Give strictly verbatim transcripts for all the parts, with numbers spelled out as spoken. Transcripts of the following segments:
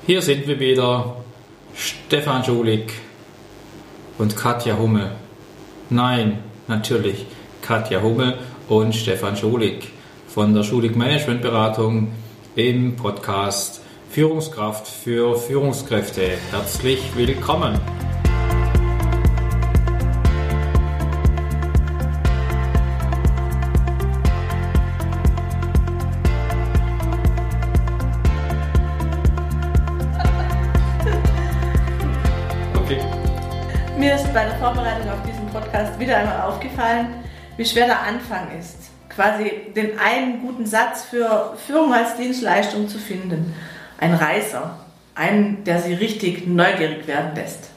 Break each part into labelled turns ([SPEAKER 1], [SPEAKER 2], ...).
[SPEAKER 1] Hier sind wir wieder, Stefan Schulig und Katja Hummel. Nein, natürlich Katja Hummel und Stefan Schulig von der Schulig Management Beratung im Podcast Führungskraft für Führungskräfte. Herzlich willkommen!
[SPEAKER 2] Mir ist bei der Vorbereitung auf diesen Podcast wieder einmal aufgefallen, wie schwer der Anfang ist, quasi den einen guten Satz für Führung als Dienstleistung zu finden. Ein Reißer, einen, der Sie richtig neugierig werden lässt.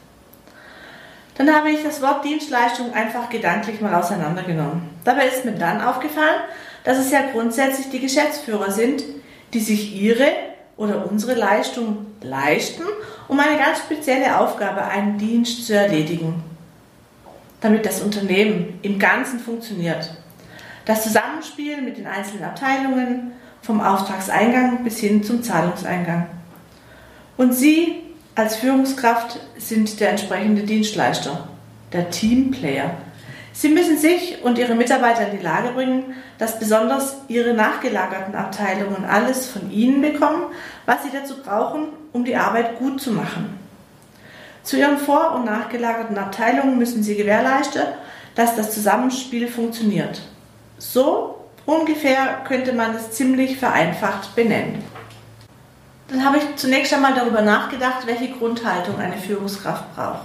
[SPEAKER 2] Dann habe ich das Wort Dienstleistung einfach gedanklich mal auseinandergenommen. Dabei ist mir dann aufgefallen, dass es ja grundsätzlich die Geschäftsführer sind, die sich ihre oder unsere Leistung leisten, um eine ganz spezielle Aufgabe, einen Dienst zu erledigen, damit das Unternehmen im Ganzen funktioniert. Das Zusammenspiel mit den einzelnen Abteilungen, vom Auftragseingang bis hin zum Zahlungseingang. Und Sie als Führungskraft sind der entsprechende Dienstleister, der Teamplayer. Sie müssen sich und Ihre Mitarbeiter in die Lage bringen, dass besonders Ihre nachgelagerten Abteilungen alles von Ihnen bekommen, was sie dazu brauchen, um die Arbeit gut zu machen. Zu Ihren vor- und nachgelagerten Abteilungen müssen Sie gewährleisten, dass das Zusammenspiel funktioniert. So ungefähr könnte man es ziemlich vereinfacht benennen. Dann habe ich zunächst einmal darüber nachgedacht, welche Grundhaltung eine Führungskraft braucht.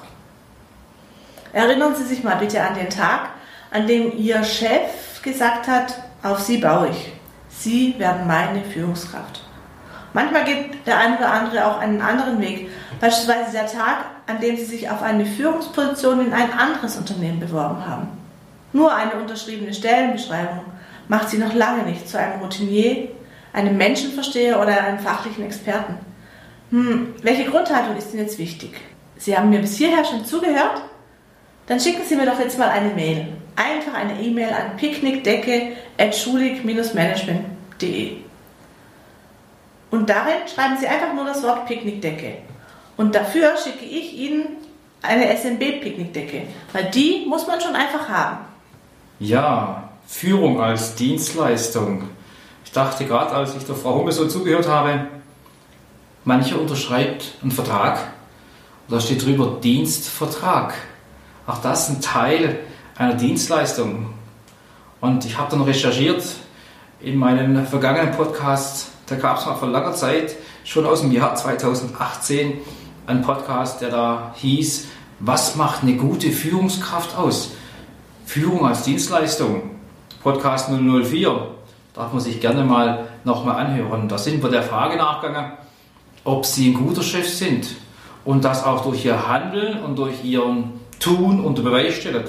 [SPEAKER 2] Erinnern Sie sich mal bitte an den Tag, an dem Ihr Chef gesagt hat, auf Sie baue ich. Sie werden meine Führungskraft. Manchmal geht der eine oder andere auch einen anderen Weg. Beispielsweise der Tag, an dem Sie sich auf eine Führungsposition in ein anderes Unternehmen beworben haben. Nur eine unterschriebene Stellenbeschreibung macht Sie noch lange nicht zu einem Routinier, einem Menschenversteher oder einem fachlichen Experten. Hm, welche Grundhaltung ist denn jetzt wichtig? Sie haben mir bis hierher schon zugehört? Dann schicken Sie mir doch jetzt mal eine Mail. Einfach eine E-Mail an picknickdecke at schulig Bindestrich management punkt de. Und darin schreiben Sie einfach nur das Wort Picknickdecke. Und dafür schicke ich Ihnen eine S M B-Picknickdecke, weil die muss man schon einfach haben.
[SPEAKER 1] Ja, Führung als Dienstleistung. Ich dachte gerade, als ich der Frau Hummel so zugehört habe, mancher unterschreibt einen Vertrag und da steht drüber Dienstvertrag. Auch das ist ein Teil einer Dienstleistung. Und ich habe dann recherchiert in meinen vergangenen Podcasts, da gab es mal vor langer Zeit, schon aus dem Jahr zweitausendachtzehn, einen Podcast, der da hieß, was macht eine gute Führungskraft aus? Führung als Dienstleistung, Podcast null null vier, darf man sich gerne mal nochmal anhören. Da sind wir der Frage nachgegangen, ob Sie ein guter Chef sind und das auch durch Ihr Handeln und durch Ihren Tun unter Beweis stellen.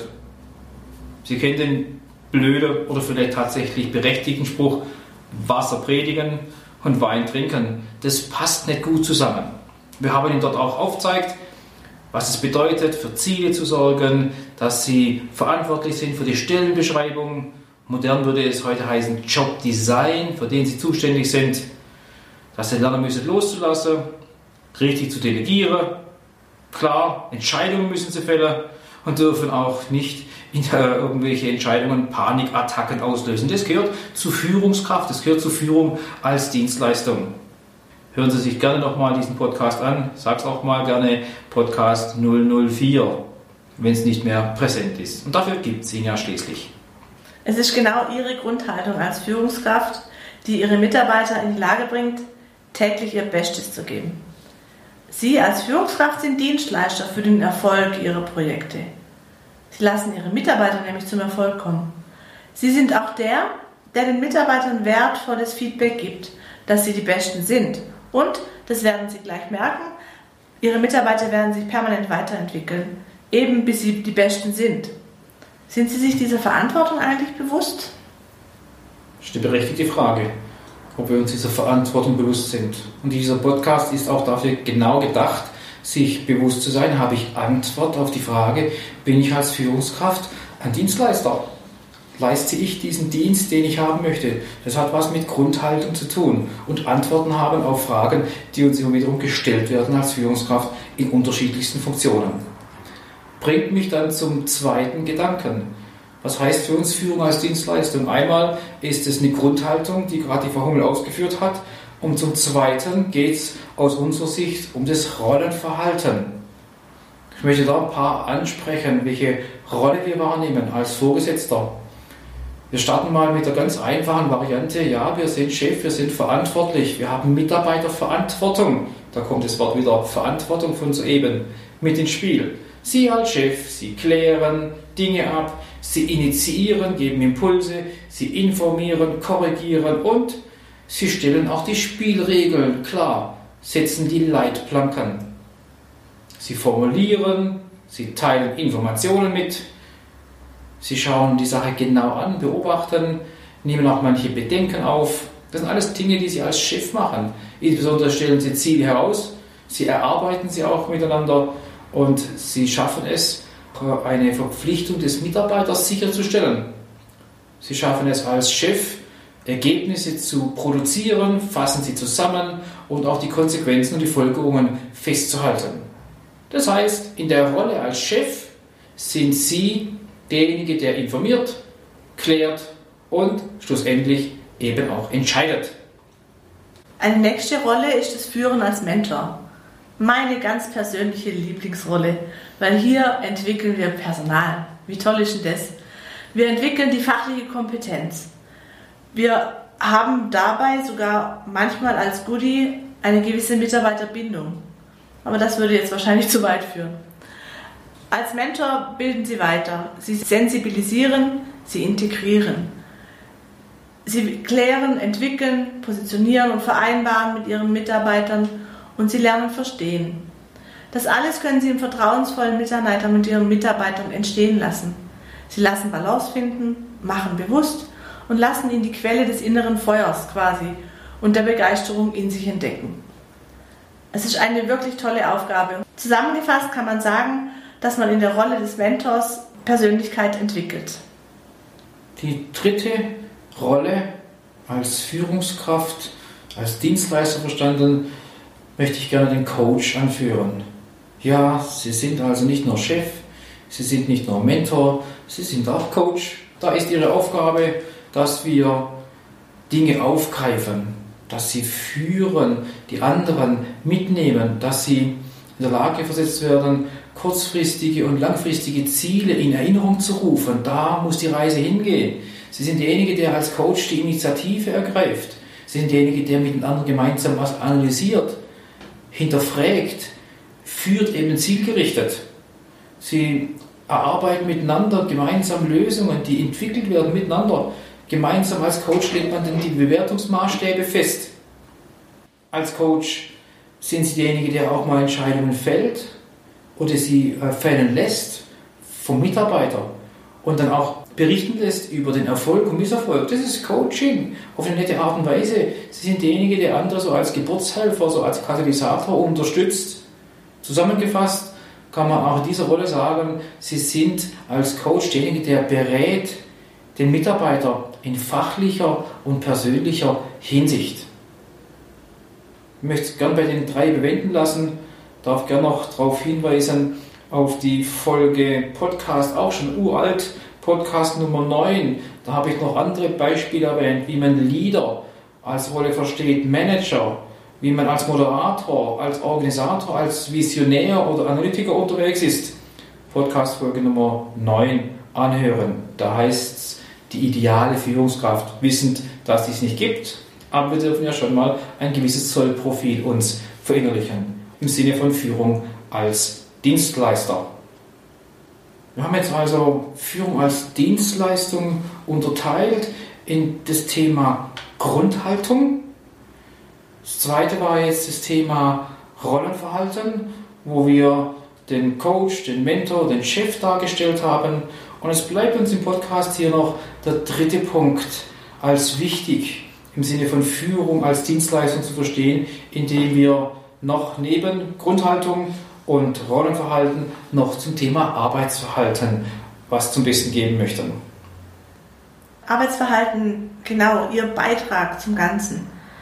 [SPEAKER 1] Sie kennen den blöden oder vielleicht tatsächlich berechtigten Spruch, Wasser predigen und Wein trinken. Das passt nicht gut zusammen. Wir haben Ihnen dort auch aufgezeigt, was es bedeutet, für Ziele zu sorgen, dass Sie verantwortlich sind für die Stellenbeschreibung. Modern würde es heute heißen Jobdesign, für den Sie zuständig sind, dass Sie lernen müssen loszulassen, richtig zu delegieren. Klar, Entscheidungen müssen Sie fällen und dürfen auch nicht in, äh, irgendwelche Entscheidungen Panikattacken auslösen. Das gehört zur Führungskraft, das gehört zur Führung als Dienstleistung. Hören Sie sich gerne nochmal diesen Podcast an. Ich sage es auch mal gerne, Podcast null null vier, wenn es nicht mehr präsent ist. Und dafür gibt es ihn ja schließlich.
[SPEAKER 2] Es ist genau Ihre Grundhaltung als Führungskraft, die Ihre Mitarbeiter in die Lage bringt, täglich ihr Bestes zu geben. Sie als Führungskraft sind Dienstleister für den Erfolg Ihrer Projekte. Sie lassen Ihre Mitarbeiter nämlich zum Erfolg kommen. Sie sind auch der, der den Mitarbeitern wertvolles Feedback gibt, dass sie die Besten sind. Und, das werden Sie gleich merken, Ihre Mitarbeiter werden sich permanent weiterentwickeln, eben bis sie die Besten sind. Sind Sie sich dieser Verantwortung eigentlich bewusst?
[SPEAKER 1] Das ist die berechtigte Frage, ob wir uns dieser Verantwortung bewusst sind. Und dieser Podcast ist auch dafür genau gedacht, sich bewusst zu sein, habe ich Antwort auf die Frage, bin ich als Führungskraft ein Dienstleister? leiste ich diesen Dienst, den ich haben möchte. Das hat was mit Grundhaltung zu tun und Antworten haben auf Fragen, die uns immer wiederum gestellt werden als Führungskraft in unterschiedlichsten Funktionen. Bringt mich dann zum zweiten Gedanken. Was heißt für uns Führung als Dienstleistung? Einmal ist es eine Grundhaltung, die gerade die Frau Hummel ausgeführt hat, und zum Zweiten geht es aus unserer Sicht um das Rollenverhalten. Ich möchte da ein paar ansprechen, welche Rolle wir wahrnehmen als Vorgesetzter. Wir starten mal mit der ganz einfachen Variante. Ja, wir sind Chef, wir sind verantwortlich, wir haben Mitarbeiterverantwortung. Da kommt das Wort wieder Verantwortung von soeben mit ins Spiel. Sie als Chef, Sie klären Dinge ab, Sie initiieren, geben Impulse, Sie informieren, korrigieren und Sie stellen auch die Spielregeln klar, setzen die Leitplanken. Sie formulieren, Sie teilen Informationen mit, Sie schauen die Sache genau an, beobachten, nehmen auch manche Bedenken auf. Das sind alles Dinge, die Sie als Chef machen. Insbesondere stellen Sie Ziele heraus, Sie erarbeiten sie auch miteinander und Sie schaffen es, eine Verpflichtung des Mitarbeiters sicherzustellen. Sie schaffen es als Chef, Ergebnisse zu produzieren, fassen sie zusammen und auch die Konsequenzen und die Folgerungen festzuhalten. Das heißt, in der Rolle als Chef sind Sie derjenige, der informiert, klärt und schlussendlich eben auch entscheidet.
[SPEAKER 2] Eine nächste Rolle ist das Führen als Mentor. Meine ganz persönliche Lieblingsrolle, weil hier entwickeln wir Personal. Wie toll ist denn das? Wir entwickeln die fachliche Kompetenz. Wir haben dabei sogar manchmal als Goodie eine gewisse Mitarbeiterbindung. Aber das würde jetzt wahrscheinlich zu weit führen. Als Mentor bilden Sie weiter. Sie sensibilisieren, Sie integrieren. Sie klären, entwickeln, positionieren und vereinbaren mit Ihren Mitarbeitern und Sie lernen verstehen. Das alles können Sie im vertrauensvollen Miteinander mit Ihren Mitarbeitern entstehen lassen. Sie lassen Balance finden, machen bewusst und lassen ihn die Quelle des inneren Feuers quasi und der Begeisterung in sich entdecken. Es ist eine wirklich tolle Aufgabe. Zusammengefasst kann man sagen, dass man in der Rolle des Mentors Persönlichkeit entwickelt.
[SPEAKER 1] Die dritte Rolle als Führungskraft, als Dienstleister verstanden, möchte ich gerne den Coach anführen. Ja, Sie sind also nicht nur Chef, Sie sind nicht nur Mentor, Sie sind auch Coach. Da ist Ihre Aufgabe, dass wir Dinge aufgreifen, dass Sie führen, die anderen mitnehmen, dass Sie in der Lage versetzt werden, kurzfristige und langfristige Ziele in Erinnerung zu rufen. Da muss die Reise hingehen. Sie sind derjenige, der als Coach die Initiative ergreift. Sie sind derjenige, der mit den anderen gemeinsam was analysiert, hinterfragt, führt eben zielgerichtet. Sie erarbeiten miteinander gemeinsam Lösungen, die entwickelt werden miteinander. Gemeinsam als Coach legt man dann die Bewertungsmaßstäbe fest. Als Coach sind Sie derjenige, der auch mal Entscheidungen fällt oder sie äh, fällen lässt vom Mitarbeiter und dann auch berichten lässt über den Erfolg und Misserfolg. Das ist Coaching auf eine nette Art und Weise. Sie sind derjenige, der andere so als Geburtshelfer, so als Katalysator unterstützt. Zusammengefasst kann man auch in dieser Rolle sagen, Sie sind als Coach derjenige, der berät den Mitarbeiter in fachlicher und persönlicher Hinsicht. Ich möchte es gerne bei den drei bewenden lassen, darf gerne noch darauf hinweisen, auf die Folge Podcast, auch schon uralt, Podcast Nummer neun. Da habe ich noch andere Beispiele erwähnt, wie man Leader als Rolle versteht, Manager, wie man als Moderator, als Organisator, als Visionär oder Analytiker unterwegs ist. Podcast Folge Nummer neun anhören. Da heißt es, die ideale Führungskraft, wissend, dass es nicht gibt, aber wir dürfen ja schon mal ein gewisses Sollprofil uns verinnerlichen, im Sinne von Führung als Dienstleister. Wir haben jetzt also Führung als Dienstleistung unterteilt in das Thema Grundhaltung. Das zweite war jetzt das Thema Rollenverhalten, wo wir den Coach, den Mentor, den Chef dargestellt haben. Und es bleibt uns im Podcast hier noch der dritte Punkt als wichtig im Sinne von Führung als Dienstleistung zu verstehen, indem wir noch neben Grundhaltung und Rollenverhalten noch zum Thema Arbeitsverhalten was zum Besten geben möchten.
[SPEAKER 2] Arbeitsverhalten genau Ihr Beitrag zum Ganzen?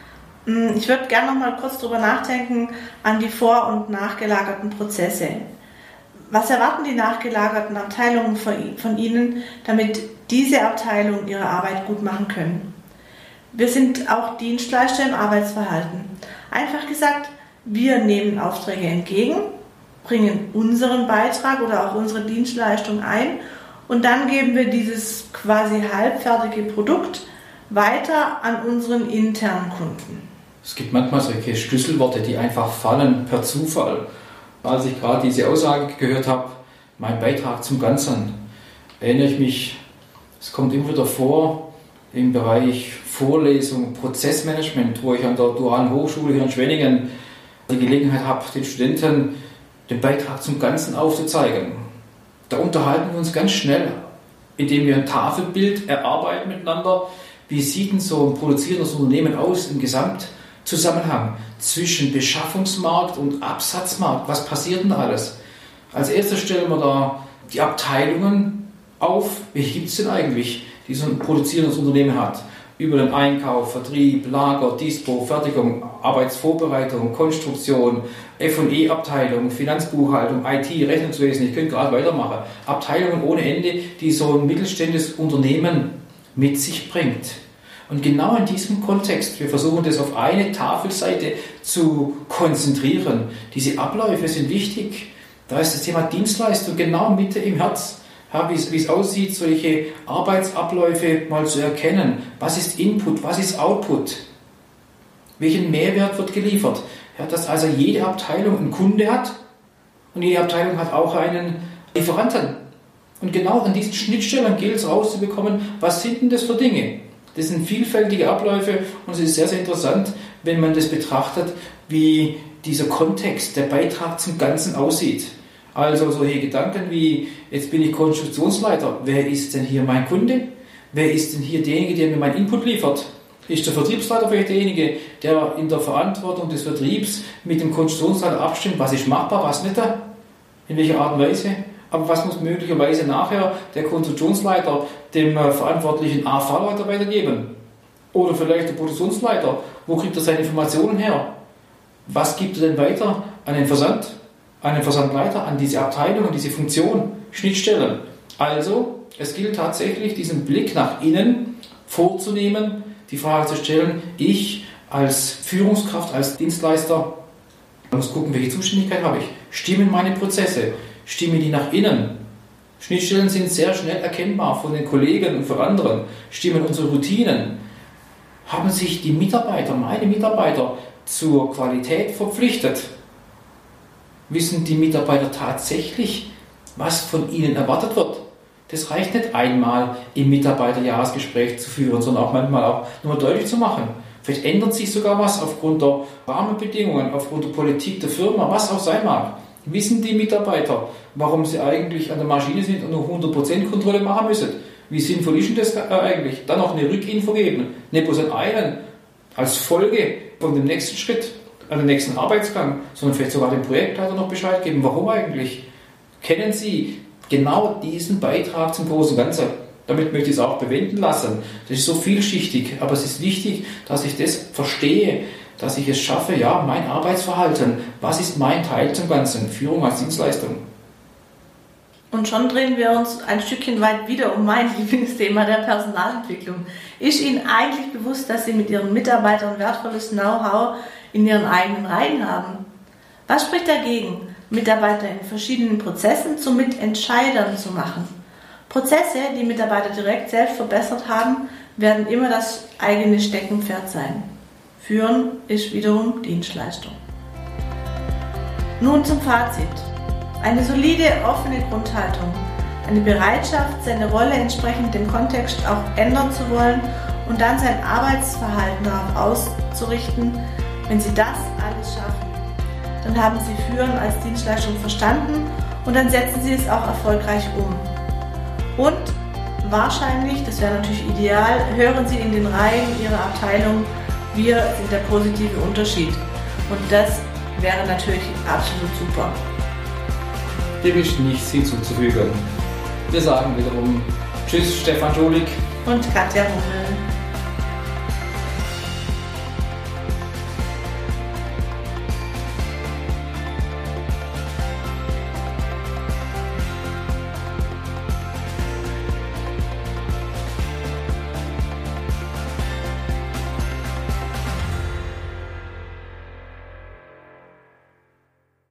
[SPEAKER 2] Ich würde gerne noch mal kurz drüber nachdenken an die vor- und nachgelagerten Prozesse. Was erwarten die nachgelagerten Abteilungen von Ihnen, damit diese Abteilungen ihre Arbeit gut machen können? Wir sind auch Dienstleister im Arbeitsverhalten. Einfach gesagt, wir nehmen Aufträge entgegen, bringen unseren Beitrag oder auch unsere Dienstleistung ein und dann geben wir dieses quasi halbfertige Produkt weiter an unseren internen Kunden.
[SPEAKER 1] Es gibt manchmal solche Schlüsselworte, die einfach fallen per Zufall. Als ich gerade diese Aussage gehört habe, mein Beitrag zum Ganzen, erinnere ich mich, es kommt immer wieder vor, im Bereich Vorlesung, Prozessmanagement, wo ich an der Dualen Hochschule hier in Schwenningen die Gelegenheit habe, den Studenten den Beitrag zum Ganzen aufzuzeigen. Da unterhalten wir uns ganz schnell, indem wir ein Tafelbild erarbeiten miteinander. Wie sieht denn so ein produzierendes Unternehmen aus im Gesamtzusammenhang zwischen Beschaffungsmarkt und Absatzmarkt? Was passiert denn da alles? Als erstes stellen wir da die Abteilungen auf. Wie gibt es denn eigentlich, die so ein produzierendes Unternehmen hat? Über den Einkauf, Vertrieb, Lager, Dispo, Fertigung, Arbeitsvorbereitung, Konstruktion, F und E-Abteilung, Finanzbuchhaltung, I T, Rechnungswesen, ich könnte gerade weitermachen. Abteilungen ohne Ende, die so ein mittelständisches Unternehmen mit sich bringt. Und genau in diesem Kontext, wir versuchen das auf eine Tafelseite zu konzentrieren. Diese Abläufe sind wichtig. Da ist das Thema Dienstleistung genau Mitte im Herz. Ja, wie es, wie es aussieht, solche Arbeitsabläufe mal zu erkennen. Was ist Input, was ist Output? Welchen Mehrwert wird geliefert? Ja, dass also jede Abteilung einen Kunde hat und jede Abteilung hat auch einen Lieferanten. Und genau an diesen Schnittstellen gilt es rauszubekommen, was sind denn das für Dinge? Das sind vielfältige Abläufe und es ist sehr, sehr interessant, wenn man das betrachtet, wie dieser Kontext, der Beitrag zum Ganzen aussieht. Also solche Gedanken wie, jetzt bin ich Konstruktionsleiter, wer ist denn hier mein Kunde? Wer ist denn hier derjenige, der mir meinen Input liefert? Ist der Vertriebsleiter vielleicht derjenige, der in der Verantwortung des Vertriebs mit dem Konstruktionsleiter abstimmt, was ist machbar, was nicht? In welcher Art und Weise? Aber was muss möglicherweise nachher der Konstruktionsleiter dem äh, verantwortlichen A V-Leiter weitergeben? Oder vielleicht der Produktionsleiter, wo kriegt er seine Informationen her? Was gibt er denn weiter an den Versand? An den Versandleiter, an diese Abteilung, an diese Funktion, Schnittstellen. Also, es gilt tatsächlich, diesen Blick nach innen vorzunehmen, die Frage zu stellen, ich als Führungskraft, als Dienstleister, muss gucken, welche Zuständigkeit habe ich. Stimmen meine Prozesse? Stimmen die nach innen? Schnittstellen sind sehr schnell erkennbar von den Kollegen und von anderen. Stimmen unsere Routinen? Haben sich die Mitarbeiter, meine Mitarbeiter, zur Qualität verpflichtet? Wissen die Mitarbeiter tatsächlich, was von ihnen erwartet wird? Das reicht nicht einmal im Mitarbeiterjahresgespräch zu führen, sondern auch manchmal auch nur deutlich zu machen. Vielleicht ändert sich sogar was aufgrund der Rahmenbedingungen, aufgrund der Politik der Firma, was auch sein mag. Wissen die Mitarbeiter, warum sie eigentlich an der Maschine sind und nur hundert Prozent Kontrolle machen müssen? Wie sinnvoll ist denn das eigentlich? Dann noch eine Rückinfo geben, nicht bloß an einen, als Folge von dem nächsten Schritt, an den nächsten Arbeitsgang, sondern vielleicht sogar dem Projektleiter noch Bescheid geben. Warum eigentlich? Kennen Sie genau diesen Beitrag zum großen Ganzen? Damit möchte ich es auch bewenden lassen. Das ist so vielschichtig, aber es ist wichtig, dass ich das verstehe, dass ich es schaffe, ja, mein Arbeitsverhalten, was ist mein Teil zum Ganzen? Führung als Dienstleistung.
[SPEAKER 2] Und schon drehen wir uns ein Stückchen weit wieder um mein Lieblingsthema der Personalentwicklung. Ist Ihnen eigentlich bewusst, dass Sie mit Ihren Mitarbeitern wertvolles Know-how in Ihren eigenen Reihen haben? Was spricht dagegen, Mitarbeiter in verschiedenen Prozessen zu Mitentscheidern zu machen? Prozesse, die Mitarbeiter direkt selbst verbessert haben, werden immer das eigene Steckenpferd sein. Führen ist wiederum Dienstleistung. Nun zum Fazit. Eine solide, offene Grundhaltung, eine Bereitschaft, seine Rolle entsprechend dem Kontext auch ändern zu wollen und dann sein Arbeitsverhalten darauf auszurichten. Wenn Sie das alles schaffen, dann haben Sie Führen als Dienstleistung verstanden und dann setzen Sie es auch erfolgreich um. Und wahrscheinlich, das wäre natürlich ideal, hören Sie in den Reihen Ihrer Abteilung, wir sind der positive Unterschied. Und das wäre natürlich absolut super.
[SPEAKER 1] Dem ist nichts hinzuzufügen. Wir sagen wiederum Tschüss, Stefan Schulig.
[SPEAKER 2] und Katja Hummel.